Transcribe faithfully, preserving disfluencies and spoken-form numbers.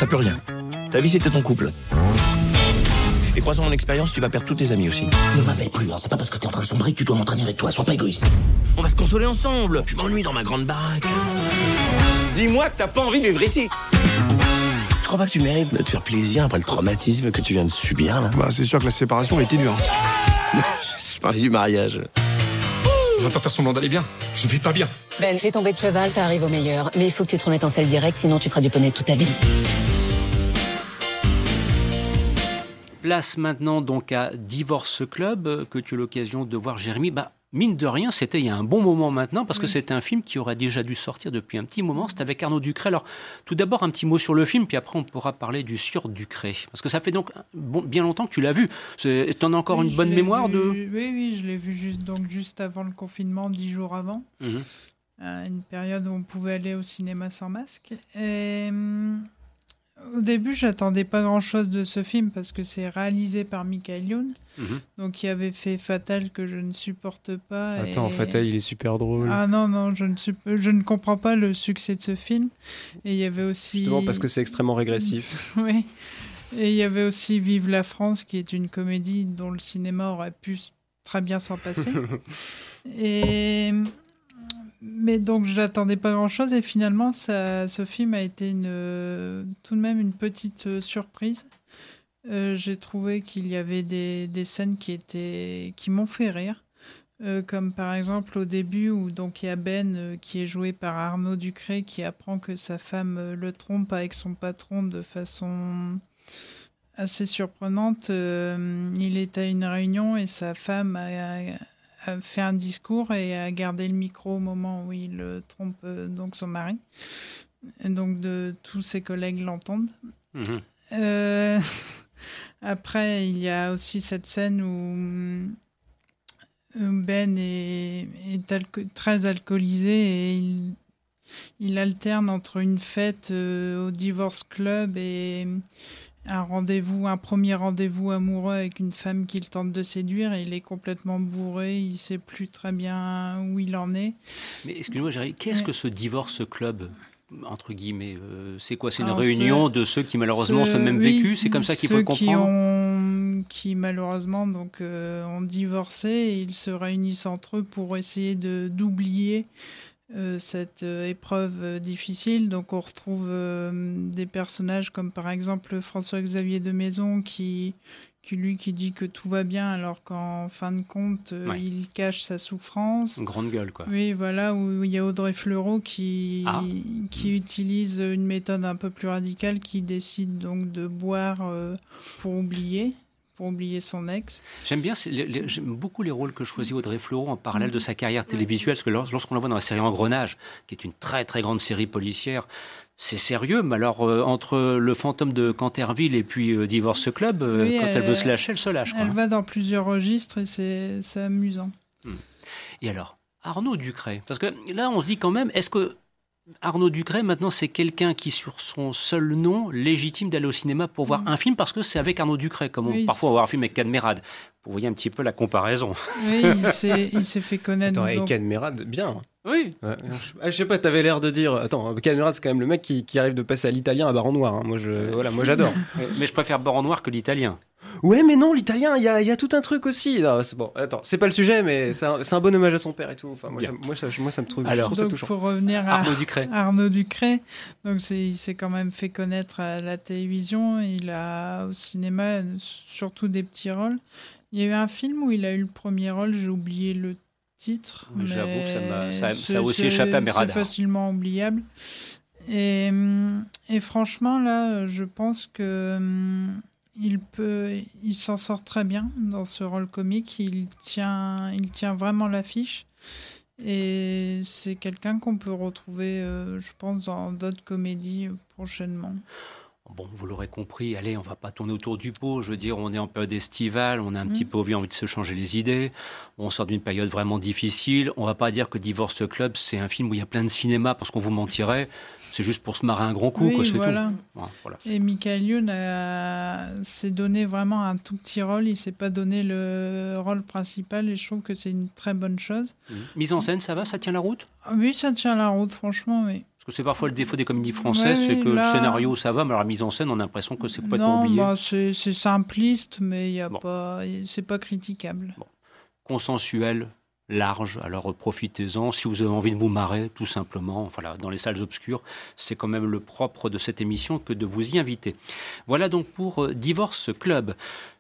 T'as plus rien. Ta vie, c'était ton couple. Et croisant mon expérience, tu vas perdre tous tes amis aussi. Ne m'appelle plus, hein. C'est pas parce que t'es en train de sombrer que tu dois m'entraîner avec toi. Sois pas égoïste. On va se consoler ensemble. Je m'ennuie dans ma grande baraque. Dis-moi que t'as pas envie de vivre ici. Tu crois pas que tu mérites de te faire plaisir après le traumatisme que tu viens de subir, là? Bah, c'est sûr que la séparation a été dure. Je parlais du mariage. Je vais pas faire semblant d'aller bien. Je vais pas bien. Ben, t'es tombé de cheval, ça arrive au meilleur. Mais il faut que tu te remettes en selle direct, sinon tu feras du poney toute ta vie. Place maintenant donc à Divorce Club, que tu as l'occasion de voir, Jérémy. Bah, mine de rien, c'était il y a un bon moment maintenant, parce que oui. C'est un film qui aurait déjà dû sortir depuis un petit moment. C'est avec Arnaud Ducré. Alors, tout d'abord, un petit mot sur le film, puis après, on pourra parler du Sieur Ducré. Parce que ça fait donc bon, bien longtemps que tu l'as vu. Tu en as encore oui, une bonne mémoire vu, de... Oui, oui, je l'ai vu juste, donc, juste avant le confinement, dix jours avant. Mmh. À une période où on pouvait aller au cinéma sans masque. Et... Au début, j'attendais pas grand-chose de ce film parce que c'est réalisé par Michael Youn, mmh. donc il avait fait Fatal que je ne supporte pas. Attends, et... Fatal, il est super drôle. Ah non, non, je ne, sup... je ne comprends pas le succès de ce film. Et il y avait aussi... Justement parce que c'est extrêmement régressif. Oui, et il y avait aussi Vive la France, qui est une comédie dont le cinéma aurait pu très bien s'en passer. et... Mais donc, je n'attendais pas grand-chose et finalement, ça, ce film a été une, euh, tout de même une petite euh, surprise. Euh, j'ai trouvé qu'il y avait des, des scènes qui, étaient, qui m'ont fait rire, euh, comme par exemple au début où donc, il y a Ben euh, qui est joué par Arnaud Ducré qui apprend que sa femme euh, le trompe avec son patron de façon assez surprenante. Euh, il est à une réunion et sa femme a... a a fait un discours et a gardé le micro au moment où il trompe euh, donc son mari. Et donc de, tous ses collègues l'entendent. Mmh. Euh, après, il y a aussi cette scène où, où Ben est, est alco- très alcoolisé et il, il alterne entre une fête euh, au Divorce Club et un rendez-vous, un premier rendez-vous amoureux avec une femme qu'il tente de séduire et il est complètement bourré, il ne sait plus très bien où il en est. Mais excuse-moi, Jérémy, qu'est-ce ouais. que ce Divorce Club, entre guillemets, euh, c'est quoi? C'est une Alors, réunion ce, de ceux qui malheureusement ce, ont même oui, vécu, c'est comme ça qu'il faut le comprendre? Qui, ont, qui malheureusement donc, euh, ont divorcé et ils se réunissent entre eux pour essayer de, d'oublier Euh, cette euh, épreuve euh, difficile. Donc on retrouve euh, des personnages comme par exemple François-Xavier de Maison qui, qui lui qui dit que tout va bien alors qu'en fin de compte euh, ouais. il cache sa souffrance. Une grande gueule quoi. Oui voilà, où il y a Audrey Fleurot qui, ah. qui mmh. utilise une méthode un peu plus radicale, qui décide donc de boire euh, pour oublier. pour oublier son ex. J'aime bien, les, les, j'aime beaucoup les rôles que choisit Audrey Fleurot en parallèle de sa carrière télévisuelle, parce que lorsqu'on la voit dans la série Engrenage, qui est une très très grande série policière, c'est sérieux, mais alors euh, entre le fantôme de Canterville et puis euh, Divorce Club, euh, oui, quand elle, elle veut se lâcher, elle se lâche. Elle quoi. va dans plusieurs registres et c'est, c'est amusant. Hum. Et alors, Arnaud Ducré, parce que là on se dit quand même, est-ce que Arnaud Ducré, maintenant, c'est quelqu'un qui, sur son seul nom, légitime d'aller au cinéma pour voir mmh. un film, parce que c'est avec Arnaud Ducré, comme oui, on, parfois on va voir un film avec Cadmerade. Vous voyez un petit peu la comparaison. Oui, il s'est, il s'est fait connaître. Attends, et Cadmerade, bien. Oui. Ouais. Je sais pas, t'avais l'air de dire... Attends, Cadmerade, c'est quand même le mec qui, qui arrive de passer à l'italien à Baron Noir. Hein. Moi, je, voilà, moi, j'adore. Mais je préfère Baron Noir que l'italien. Ouais, mais non, l'italien, il y a, y a tout un truc aussi. Non, c'est bon, attends, c'est pas le sujet, mais c'est un, c'est un bon hommage à son père et tout. Enfin, moi, moi, ça, moi ça me trouve, alors, je trouve ça touchant. Pour revenir à Arnaud Ducré, Arnaud Ducré donc c'est, il s'est quand même fait connaître à la télévision. Il a au cinéma surtout des petits rôles. Il y a eu un film où il a eu le premier rôle, j'ai oublié le titre. Mais j'avoue que ça, m'a, ça, c'est, ça a aussi c'est, échappé à mes radars. C'est facilement oubliable. Et, et franchement, là, je pense que il peut, il s'en sort très bien dans ce rôle comique. Il tient, il tient vraiment l'affiche. Et c'est quelqu'un qu'on peut retrouver, euh, je pense, dans d'autres comédies prochainement. Bon, vous l'aurez compris, allez, on va pas tourner autour du pot. Je veux dire, on est en période estivale, on a un mmh. petit peu envie de se changer les idées. On sort d'une période vraiment difficile. On va pas dire que Divorce Club, c'est un film où il y a plein de cinéma, parce qu'on vous mentirait. C'est juste pour se marrer un grand coup, oui, quoi, c'est voilà. tout. Ouais, voilà. Et Michael Youn a... s'est donné vraiment un tout petit rôle. Il s'est pas donné le rôle principal et je trouve que c'est une très bonne chose. Mmh. Mise en scène, ça va, ça tient la route ? Oui, ça tient la route, franchement, oui. Parce que c'est parfois le défaut des comédies françaises, Ouais, c'est que là- le scénario, ça va, mais alors la mise en scène, on a l'impression que c'est complètement Non, oublié. bah, c'est c'est simpliste, mais il y a Bon. pas, c'est pas critiquable. Consensuel, large, alors euh, profitez-en. Si vous avez envie de vous marrer, tout simplement, voilà, dans les salles obscures, c'est quand même le propre de cette émission que de vous y inviter. Voilà donc pour euh, Divorce Club.